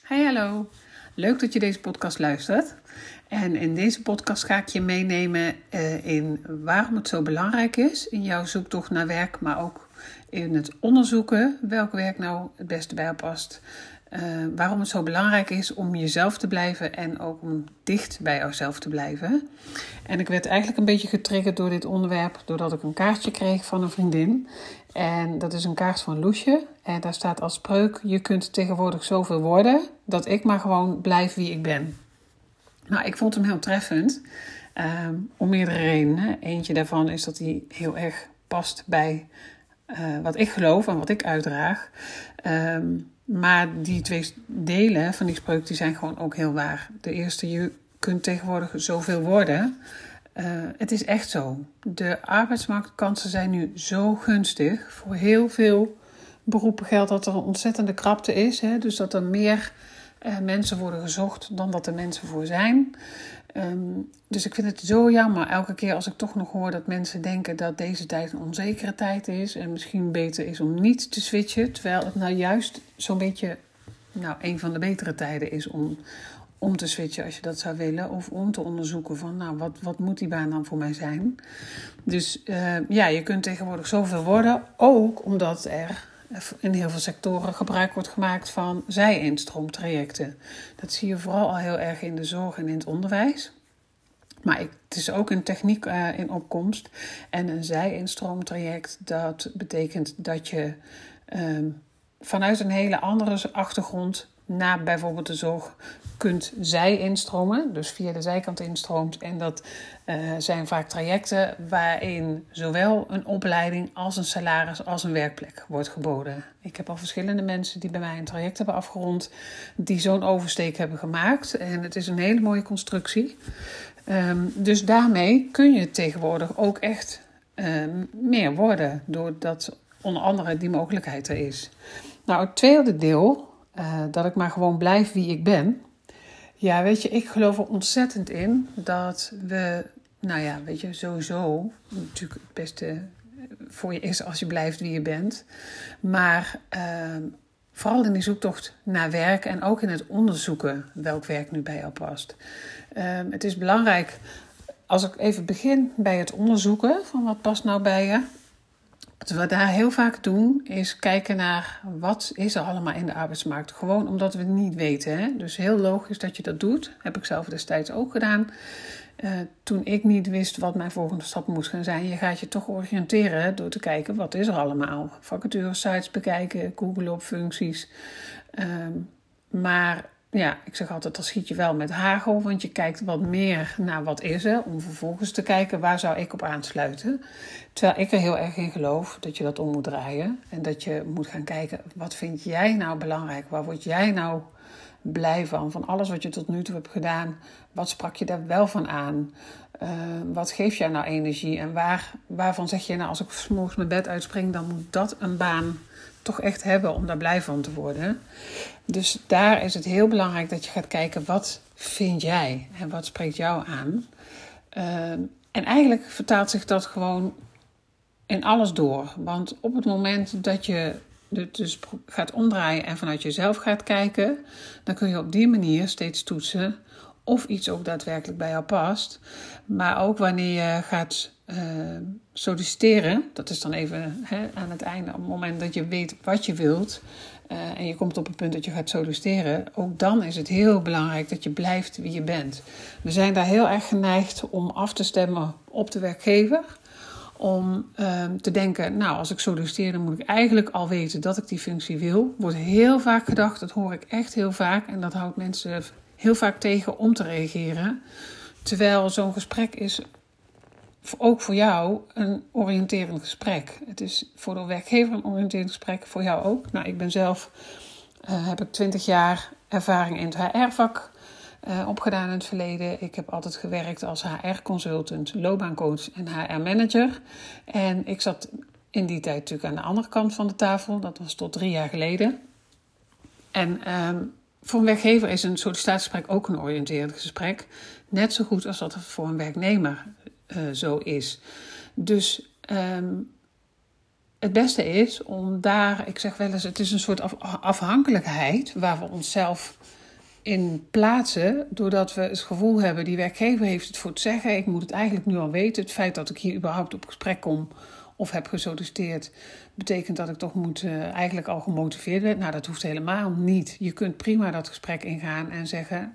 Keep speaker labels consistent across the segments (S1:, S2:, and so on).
S1: Hey, hallo. Leuk dat je deze podcast luistert. En in deze podcast ga ik je meenemen in waarom het zo belangrijk is in jouw zoektocht naar werk, maar ook in het onderzoeken welk werk nou het beste bij jou past. Waarom het zo belangrijk is om jezelf te blijven en ook om dicht bij jouzelf te blijven. En ik werd eigenlijk een beetje getriggerd door dit onderwerp doordat ik een kaartje kreeg van een vriendin. En dat is een kaart van Loesje. En daar staat als spreuk: je kunt tegenwoordig zoveel worden dat ik maar gewoon blijf wie ik ben. Nou, ik vond hem heel treffend. Om meerdere redenen. Eentje daarvan is dat hij heel erg past bij wat ik geloof en wat ik uitdraag. Maar die twee delen van die spreuk die zijn gewoon ook heel waar. De eerste, je kunt tegenwoordig zoveel worden. Het is echt zo. De arbeidsmarktkansen zijn nu zo gunstig. Voor heel veel beroepen geldt dat er een ontzettende krapte is. Hè? Dus dat er meer mensen worden gezocht dan dat er mensen voor zijn. Dus ik vind het zo jammer elke keer als ik toch nog hoor dat mensen denken dat deze tijd een onzekere tijd is. En misschien beter is om niet te switchen. Terwijl het nou juist zo'n beetje een van de betere tijden is om te switchen als je dat zou willen. Of om te onderzoeken van wat moet die baan dan voor mij zijn. Dus je kunt tegenwoordig zoveel worden. Ook omdat er in heel veel sectoren gebruik wordt gemaakt van zij-instroomtrajecten. Dat zie je vooral al heel erg in de zorg en in het onderwijs. Maar het is ook een techniek in opkomst. En een zij-instroomtraject, dat betekent dat je vanuit een hele andere achtergrond naar bijvoorbeeld de zorg kunt zij-instromen. Dus via de zijkant instroomt. En dat zijn vaak trajecten waarin zowel een opleiding als een salaris als een werkplek wordt geboden. Ik heb al verschillende mensen die bij mij een traject hebben afgerond die zo'n oversteek hebben gemaakt. En het is een hele mooie constructie. Dus daarmee kun je tegenwoordig ook echt meer worden, doordat onder andere die mogelijkheid er is. Nou, het tweede deel, dat ik maar gewoon blijf wie ik ben. Ja, weet je, ik geloof er ontzettend in dat we, sowieso natuurlijk het beste voor je is als je blijft wie je bent. Maar vooral in die zoektocht naar werk en ook in het onderzoeken welk werk nu bij jou past. Het is belangrijk, als ik even begin bij het onderzoeken van wat past nou bij je. Wat we daar heel vaak doen is kijken naar wat is er allemaal in de arbeidsmarkt. Gewoon omdat we het niet weten. Hè? Dus heel logisch dat je dat doet. Heb ik zelf destijds ook gedaan. Toen ik niet wist wat mijn volgende stap moest gaan zijn. Je gaat je toch oriënteren door te kijken wat is er allemaal. Vacaturesites bekijken, googlen op functies. Maar ja, ik zeg altijd, dan schiet je wel met hagel. Want je kijkt wat meer naar wat is er. Om vervolgens te kijken waar zou ik op aansluiten. Terwijl ik er heel erg in geloof dat je dat om moet draaien. En dat je moet gaan kijken, wat vind jij nou belangrijk? Waar word jij nou blij van? Van alles wat je tot nu toe hebt gedaan. Wat sprak je daar wel van aan? Wat geeft jou nou energie? En waarvan zeg je, nou als ik 's morgens mijn bed uitspring, dan moet dat een baan toch echt hebben om daar blij van te worden. Dus daar is het heel belangrijk dat je gaat kijken, wat vind jij en wat spreekt jou aan? En eigenlijk vertaalt zich dat gewoon in alles door. Want op het moment dat je het dus gaat omdraaien en vanuit jezelf gaat kijken, dan kun je op die manier steeds toetsen of iets ook daadwerkelijk bij jou past. Maar ook wanneer je gaat solliciteren, dat is dan even aan het einde, op het moment dat je weet wat je wilt en je komt op het punt dat je gaat solliciteren, ook dan is het heel belangrijk dat je blijft wie je bent. We zijn daar heel erg geneigd om af te stemmen op de werkgever. Om te denken, nou als ik solliciteer dan moet ik eigenlijk al weten dat ik die functie wil. Wordt heel vaak gedacht, dat hoor ik echt heel vaak. En dat houdt mensen heel vaak tegen om te reageren. Terwijl zo'n gesprek is ook voor jou een oriënterend gesprek. Het is voor de werkgever een oriënterend gesprek, voor jou ook. Nou, ik ben zelf, heb ik 20 jaar ervaring in het HR-vak opgedaan in het verleden. Ik heb altijd gewerkt als HR-consultant, loopbaancoach en HR-manager. En ik zat in die tijd natuurlijk aan de andere kant van de tafel. Dat was tot 3 jaar geleden. En voor een werkgever is een sollicitatiegesprek ook een oriënterend gesprek. Net zo goed als dat het voor een werknemer zo is. Dus het beste is om daar, ik zeg wel eens, het is een soort afhankelijkheid waar we onszelf in plaatsen, doordat we het gevoel hebben, die werkgever heeft het voor het zeggen, ik moet het eigenlijk nu al weten. Het feit dat ik hier überhaupt op gesprek kom of heb gesolliciteerd, betekent dat ik toch eigenlijk al gemotiveerd ben. Nou, dat hoeft helemaal niet. Je kunt prima dat gesprek ingaan en zeggen,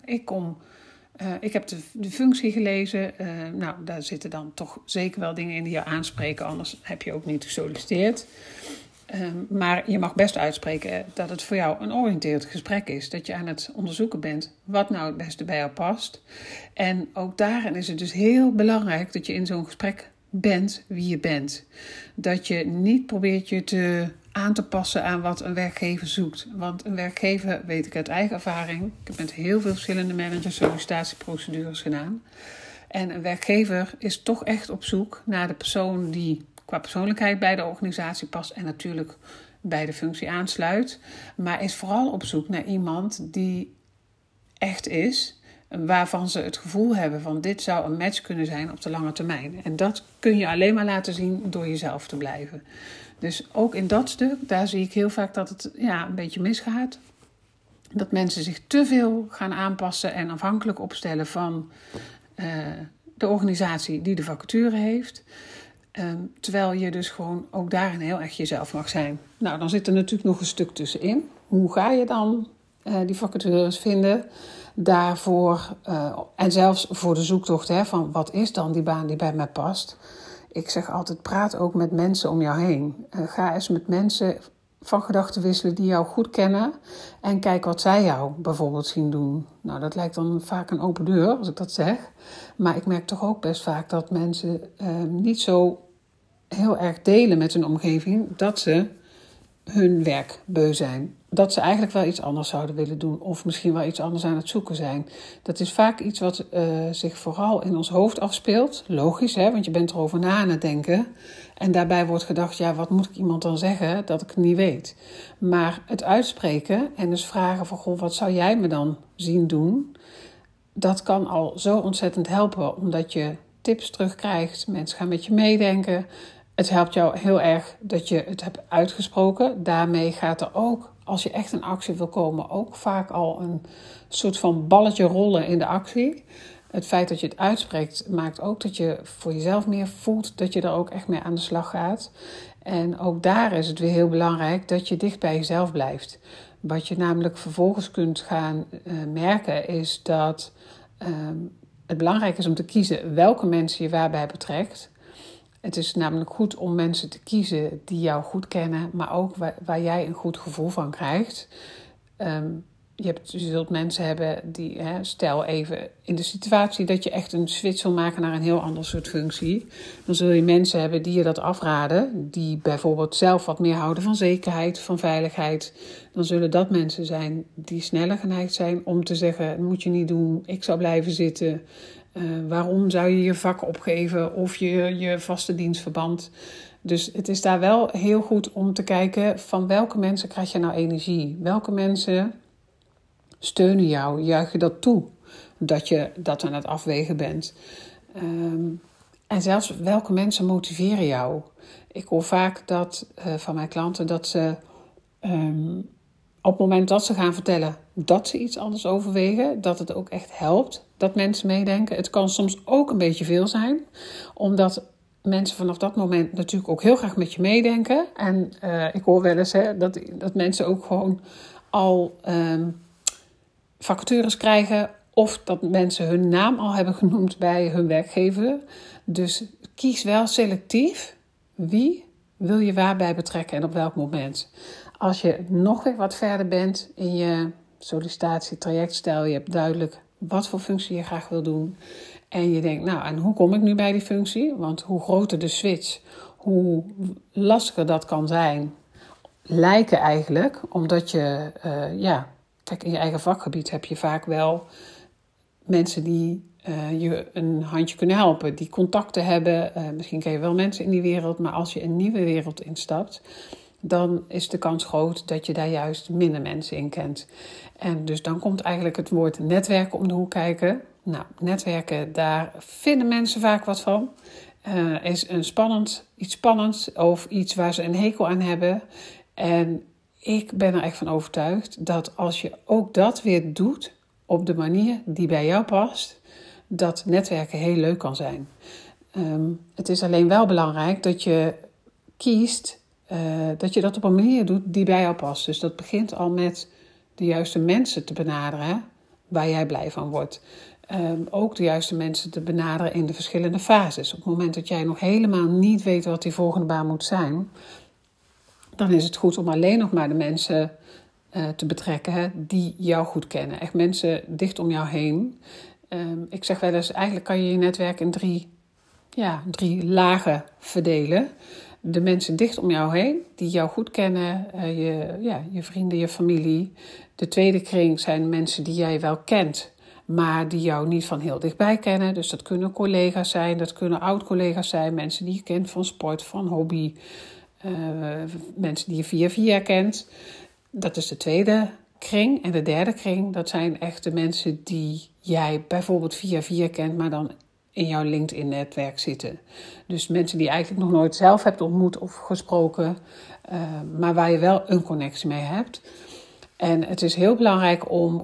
S1: ik heb de functie gelezen. Nou, daar zitten dan toch zeker wel dingen in die je aanspreken, anders heb je ook niet gesolliciteerd. Maar je mag best uitspreken dat het voor jou een oriënterend gesprek is. Dat je aan het onderzoeken bent wat nou het beste bij jou past. En ook daarin is het dus heel belangrijk dat je in zo'n gesprek bent wie je bent. Dat je niet probeert je aan te passen aan wat een werkgever zoekt. Want een werkgever, weet ik uit eigen ervaring, ik heb met heel veel verschillende managers sollicitatieprocedures gedaan. En een werkgever is toch echt op zoek naar de persoon die qua persoonlijkheid bij de organisatie past en natuurlijk bij de functie aansluit. Maar is vooral op zoek naar iemand die echt is, waarvan ze het gevoel hebben van dit zou een match kunnen zijn op de lange termijn. En dat kun je alleen maar laten zien door jezelf te blijven. Dus ook in dat stuk, daar zie ik heel vaak dat het een beetje misgaat. Dat mensen zich te veel gaan aanpassen en afhankelijk opstellen van de organisatie die de vacature heeft. Terwijl je dus gewoon ook daarin heel erg jezelf mag zijn. Nou, dan zit er natuurlijk nog een stuk tussenin. Hoe ga je dan die vacatures vinden? Daarvoor, en zelfs voor de zoektocht van wat is dan die baan die bij mij past. Ik zeg altijd, praat ook met mensen om jou heen. Ga eens met mensen van gedachten wisselen die jou goed kennen. En kijk wat zij jou bijvoorbeeld zien doen. Nou, dat lijkt dan vaak een open deur als ik dat zeg. Maar ik merk toch ook best vaak dat mensen niet zo heel erg delen met hun omgeving dat ze hun werk beu zijn. Dat ze eigenlijk wel iets anders zouden willen doen of misschien wel iets anders aan het zoeken zijn. Dat is vaak iets wat zich vooral in ons hoofd afspeelt. Logisch, want je bent erover na aan het denken. En daarbij wordt gedacht, wat moet ik iemand dan zeggen dat ik het niet weet? Maar het uitspreken en dus vragen van, goh, wat zou jij me dan zien doen? Dat kan al zo ontzettend helpen, omdat je tips terugkrijgt. Mensen gaan met je meedenken. Het helpt jou heel erg dat je het hebt uitgesproken. Daarmee gaat er ook, als je echt in actie wil komen, ook vaak al een soort van balletje rollen in de actie. Het feit dat je het uitspreekt maakt ook dat je voor jezelf meer voelt dat je er ook echt mee aan de slag gaat. En ook daar is het weer heel belangrijk dat je dicht bij jezelf blijft. Wat je namelijk vervolgens kunt gaan merken is dat het belangrijk is om te kiezen welke mensen je waarbij betrekt. Het is namelijk goed om mensen te kiezen die jou goed kennen, maar ook waar jij een goed gevoel van krijgt. Je zult mensen hebben die, stel even in de situatie dat je echt een switch wil maken naar een heel ander soort functie. Dan zul je mensen hebben die je dat afraden, die bijvoorbeeld zelf wat meer houden van zekerheid, van veiligheid. Dan zullen dat mensen zijn die sneller geneigd zijn om te zeggen, dat moet je niet doen, ik zou blijven zitten. Waarom zou je je vak opgeven of je vaste dienstverband? Dus het is daar wel heel goed om te kijken van welke mensen krijg je nou energie? Welke mensen steunen jou? Juich je dat toe dat je dat aan het afwegen bent? En zelfs welke mensen motiveren jou? Ik hoor vaak van mijn klanten dat ze op het moment dat ze gaan vertellen dat ze iets anders overwegen, dat het ook echt helpt dat mensen meedenken. Het kan soms ook een beetje veel zijn, omdat mensen vanaf dat moment natuurlijk ook heel graag met je meedenken. En ik hoor wel eens dat mensen ook gewoon al vacatures krijgen of dat mensen hun naam al hebben genoemd bij hun werkgever. Dus kies wel selectief wie wil je waarbij betrekken en op welk moment. Als je nog weer wat verder bent in je sollicitatietraject, stel je hebt duidelijk wat voor functie je graag wil doen. En je denkt, en hoe kom ik nu bij die functie? Want hoe groter de switch, hoe lastiger dat kan zijn, lijken eigenlijk. Omdat je, kijk, in je eigen vakgebied heb je vaak wel mensen die je een handje kunnen helpen. Die contacten hebben, misschien ken je wel mensen in die wereld. Maar als je een nieuwe wereld instapt, dan is de kans groot dat je daar juist minder mensen in kent. En dus dan komt eigenlijk het woord netwerken om de hoek kijken. Nou, netwerken, daar vinden mensen vaak wat van. is iets spannends of iets waar ze een hekel aan hebben. En ik ben er echt van overtuigd dat als je ook dat weer doet op de manier die bij jou past, dat netwerken heel leuk kan zijn. Het is alleen wel belangrijk dat je kiest dat je dat op een manier doet die bij jou past. Dus dat begint al met de juiste mensen te benaderen waar jij blij van wordt. Ook de juiste mensen te benaderen in de verschillende fases. Op het moment dat jij nog helemaal niet weet wat die volgende baan moet zijn, dan is het goed om alleen nog maar de mensen te betrekken die jou goed kennen. Echt mensen dicht om jou heen. Ik zeg wel eens, eigenlijk kan je je netwerk in drie lagen verdelen. De mensen dicht om jou heen, die jou goed kennen, je vrienden, je familie. De tweede kring zijn mensen die jij wel kent, maar die jou niet van heel dichtbij kennen. Dus dat kunnen collega's zijn, dat kunnen oud-collega's zijn, mensen die je kent van sport, van hobby, mensen die je via kent. Dat is de tweede kring. En de derde kring, dat zijn echt de mensen die jij bijvoorbeeld via kent, maar dan in jouw LinkedIn-netwerk zitten. Dus mensen die je eigenlijk nog nooit zelf hebt ontmoet of gesproken, maar waar je wel een connectie mee hebt. En het is heel belangrijk om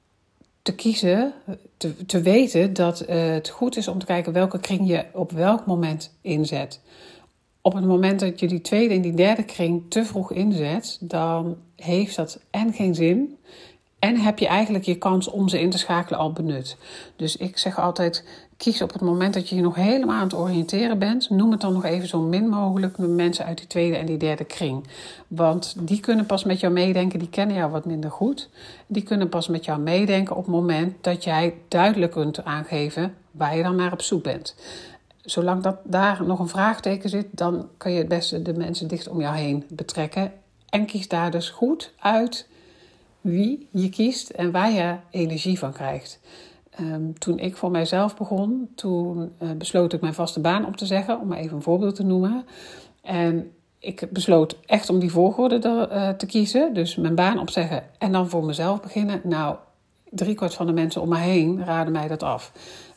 S1: te kiezen, te weten dat het goed is om te kijken welke kring je op welk moment inzet. Op het moment dat je die tweede en die derde kring te vroeg inzet, dan heeft dat en geen zin en heb je eigenlijk je kans om ze in te schakelen al benut. Dus ik zeg altijd, kies op het moment dat je je nog helemaal aan het oriënteren bent, noem het dan nog even zo min mogelijk met mensen uit die tweede en die derde kring. Want die kunnen pas met jou meedenken, die kennen jou wat minder goed. Die kunnen pas met jou meedenken op het moment dat jij duidelijk kunt aangeven waar je dan naar op zoek bent. Zolang dat daar nog een vraagteken zit, dan kan je het beste de mensen dicht om jou heen betrekken. En kies daar dus goed uit wie je kiest en waar je energie van krijgt. Toen ik voor mijzelf begon, toen besloot ik mijn vaste baan op te zeggen, om maar even een voorbeeld te noemen. En ik besloot echt om die volgorde te kiezen, dus mijn baan opzeggen en dan voor mezelf beginnen. Nou, 3/4 van de mensen om me heen raden mij dat af.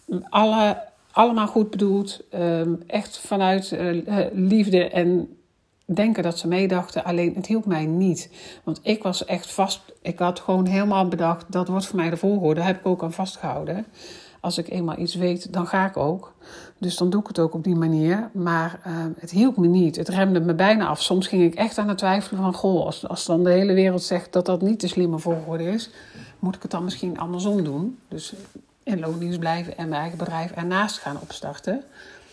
S1: Allemaal goed bedoeld, echt vanuit liefde en denken dat ze meedachten. Alleen het hielp mij niet. Want ik was echt vast. Ik had gewoon helemaal bedacht, dat wordt voor mij de volgorde. Daar heb ik ook aan vastgehouden. Als ik eenmaal iets weet, dan ga ik ook. Dus dan doe ik het ook op die manier. Maar het hielp me niet. Het remde me bijna af. Soms ging ik echt aan het twijfelen van, goh, als dan de hele wereld zegt dat dat niet de slimme volgorde is, moet ik het dan misschien andersom doen. Dus in loondienst blijven en mijn eigen bedrijf ernaast gaan opstarten.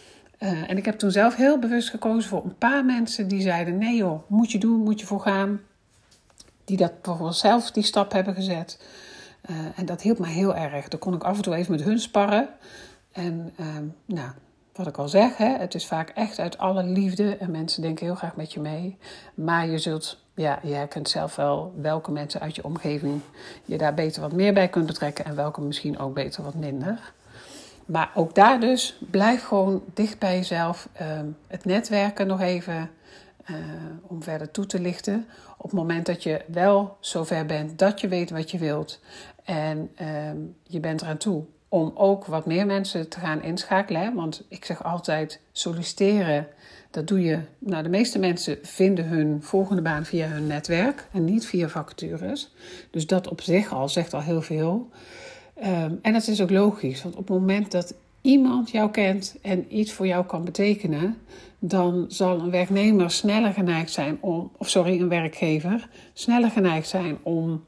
S1: En ik heb toen zelf heel bewust gekozen voor een paar mensen die zeiden, nee joh, moet je doen, moet je voor gaan. Die dat voor zelf die stap hebben gezet. En dat hielp mij heel erg. Dan kon ik af en toe even met hun sparren. En wat ik al zeg, het is vaak echt uit alle liefde. En mensen denken heel graag met je mee. Maar je zult, je herkent zelf wel welke mensen uit je omgeving je daar beter wat meer bij kunt betrekken. En welke misschien ook beter wat minder. Maar ook daar dus, blijf gewoon dicht bij jezelf. Het netwerken nog even, om verder toe te lichten. Op het moment dat je wel zover bent dat je weet wat je wilt. En je bent eraan toe om ook wat meer mensen te gaan inschakelen. Hè? Want ik zeg altijd, solliciteren, dat doe je. Nou, de meeste mensen vinden hun volgende baan via hun netwerk. En niet via vacatures. Dus dat op zich al zegt al heel veel. En het is ook logisch, want op het moment dat iemand jou kent en iets voor jou kan betekenen, dan zal een werknemer sneller geneigd zijn een werkgever sneller geneigd zijn om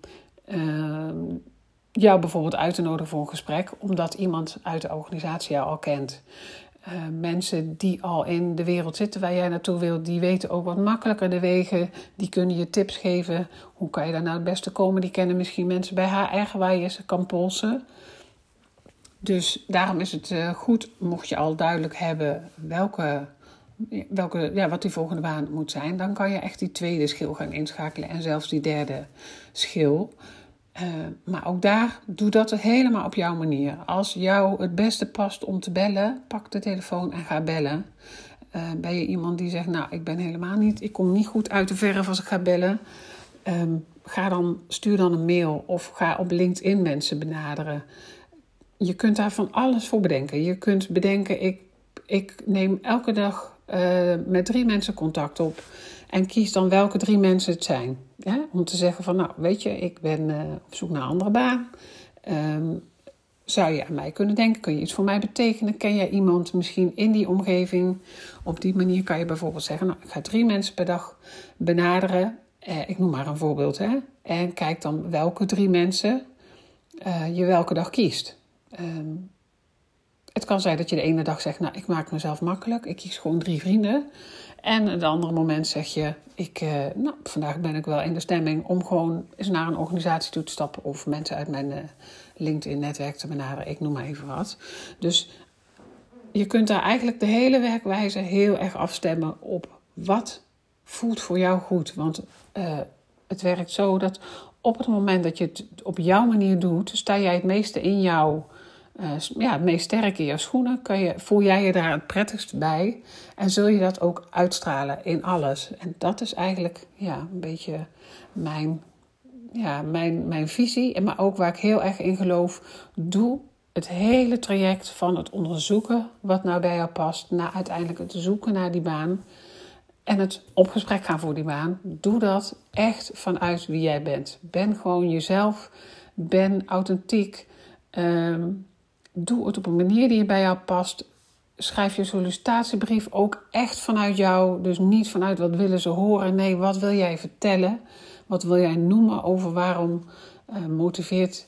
S1: jou bijvoorbeeld uit te nodigen voor een gesprek, omdat iemand uit de organisatie jou al kent. Mensen die al in de wereld zitten waar jij naartoe wilt, die weten ook wat makkelijker de wegen. Die kunnen je tips geven. Hoe kan je daar nou het beste komen? Die kennen misschien mensen bij HR waar je ze kan polsen. Dus daarom is het goed, mocht je al duidelijk hebben wat die volgende baan moet zijn, dan kan je echt die tweede schil gaan inschakelen en zelfs die derde schil. Maar ook daar, doe dat helemaal op jouw manier. Als jou het beste past om te bellen, pak de telefoon en ga bellen. Ben je iemand die zegt, nou, ik kom niet goed uit de verf als ik ga bellen. Stuur dan een mail of ga op LinkedIn mensen benaderen. Je kunt daar van alles voor bedenken. Je kunt bedenken, ik neem elke dag met 3 mensen contact op. En kies dan welke 3 mensen het zijn. Ja? Om te zeggen van, nou weet je, ik ben op zoek naar een andere baan. Zou je aan mij kunnen denken? Kun je iets voor mij betekenen? Ken jij iemand misschien in die omgeving? Op die manier kan je bijvoorbeeld zeggen, nou ik ga 3 mensen per dag benaderen. Ik noem maar een voorbeeld. Hè? En kijk dan welke 3 mensen je welke dag kiest. Het kan zijn dat je de ene dag zegt, nou ik maak mezelf makkelijk. Ik kies gewoon 3 vrienden. En het andere moment zeg je, vandaag ben ik wel in de stemming om gewoon eens naar een organisatie toe te stappen. Of mensen uit mijn LinkedIn-netwerk te benaderen. Ik noem maar even wat. Dus je kunt daar eigenlijk de hele werkwijze heel erg afstemmen op wat voelt voor jou goed. Want het werkt zo dat op het moment dat je het op jouw manier doet, sta jij het meeste in jouw, het meest sterk in jouw schoenen. Voel jij je daar het prettigst bij en zul je dat ook uitstralen in alles. En dat is eigenlijk een beetje mijn visie, maar ook waar ik heel erg in geloof. Doe het hele traject van het onderzoeken wat nou bij jou past, naar uiteindelijk het zoeken naar die baan en het op gesprek gaan voor die baan. Doe dat echt vanuit wie jij bent. Ben gewoon jezelf, ben authentiek. Doe het op een manier die bij jou past. Schrijf je sollicitatiebrief ook echt vanuit jou. Dus niet vanuit wat willen ze horen. Nee, wat wil jij vertellen? Wat wil jij noemen over waarom motiveert?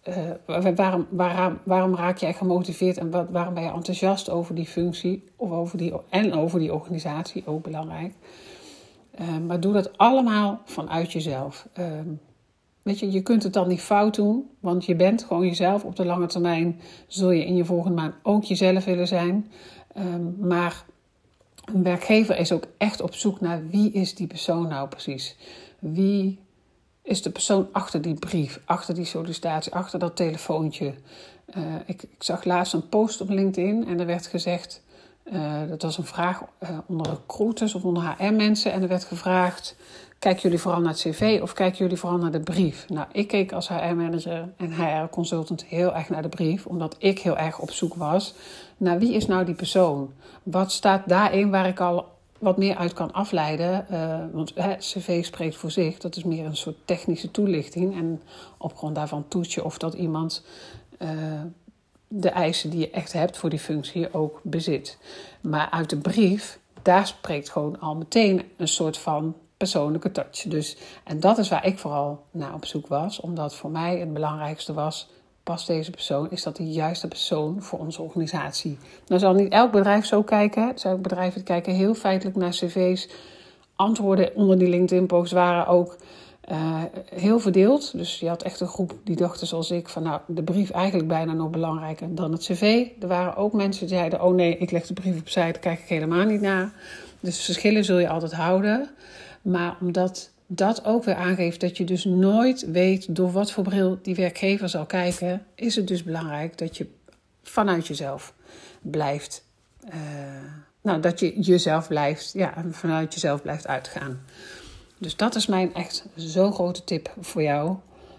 S1: Waarom raak jij gemotiveerd en waarom ben je enthousiast over die functie of over die organisatie, ook belangrijk. Maar doe dat allemaal vanuit jezelf. Weet je kunt het dan niet fout doen, want je bent gewoon jezelf. Op de lange termijn zul je in je volgende baan ook jezelf willen zijn. Maar een werkgever is ook echt op zoek naar wie is die persoon nou precies. Wie is de persoon achter die brief, achter die sollicitatie, achter dat telefoontje. Ik zag laatst een post op LinkedIn en er werd gezegd, dat was een vraag onder recruiters of onder HR-mensen. En er werd gevraagd, kijken jullie vooral naar het cv of kijken jullie vooral naar de brief? Nou, ik keek als HR-manager en HR-consultant heel erg naar de brief, omdat ik heel erg op zoek was naar wie is nou die persoon? Wat staat daarin waar ik al wat meer uit kan afleiden? Want cv spreekt voor zich, dat is meer een soort technische toelichting. En op grond daarvan toets je of dat iemand de eisen die je echt hebt voor die functie ook bezit. Maar uit de brief, daar spreekt gewoon al meteen een soort van persoonlijke touch. Dus, en dat is waar ik vooral naar op zoek was. Omdat voor mij het belangrijkste was, past deze persoon, is dat de juiste persoon voor onze organisatie. Nou zal niet elk bedrijf zo kijken. Er zijn ook bedrijven die kijken heel feitelijk naar cv's. Antwoorden onder die LinkedIn-post waren ook heel verdeeld. Dus je had echt een groep die dachten zoals ik van nou, de brief eigenlijk bijna nog belangrijker dan het cv. Er waren ook mensen die zeiden, oh nee, ik leg de brief opzij, daar kijk ik helemaal niet naar. Dus verschillen zul je altijd houden. Maar omdat dat ook weer aangeeft dat je dus nooit weet door wat voor bril die werkgever zal kijken, is het dus belangrijk dat je vanuit jezelf blijft. Dat je jezelf blijft, en vanuit jezelf blijft uitgaan. Dus dat is mijn echt zo'n grote tip voor jou.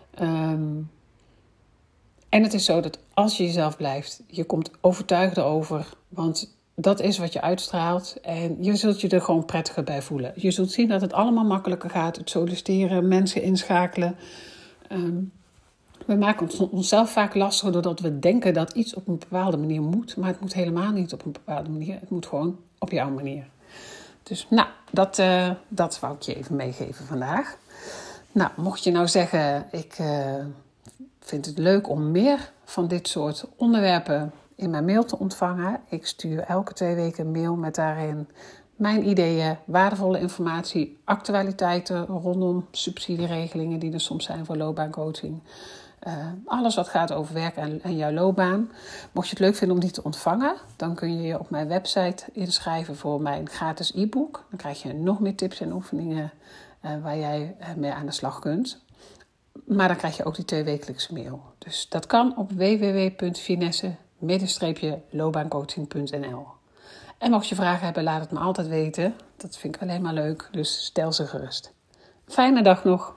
S1: En het is zo dat als je jezelf blijft, je komt overtuigd erover, want dat is wat je uitstraalt en je zult je er gewoon prettiger bij voelen. Je zult zien dat het allemaal makkelijker gaat. Het solliciteren, mensen inschakelen. We maken onszelf vaak lastig doordat we denken dat iets op een bepaalde manier moet. Maar het moet helemaal niet op een bepaalde manier. Het moet gewoon op jouw manier. Dus dat wou ik je even meegeven vandaag. Nou, mocht je nou zeggen, ik vind het leuk om meer van dit soort onderwerpen in mijn mail te ontvangen. Ik stuur elke 2 weken een mail met daarin mijn ideeën, waardevolle informatie, actualiteiten rondom subsidieregelingen die er soms zijn voor loopbaancoaching. Alles wat gaat over werk en jouw loopbaan. Mocht je het leuk vinden om die te ontvangen, dan kun je je op mijn website inschrijven voor mijn gratis e-book. Dan krijg je nog meer tips en oefeningen waar jij mee aan de slag kunt. Maar dan krijg je ook die 2-wekelijkse mail. Dus dat kan op www.finesse-loopbaancoaching.nl. En mocht je vragen hebben, laat het me altijd weten. Dat vind ik alleen maar leuk, dus stel ze gerust. Fijne dag nog.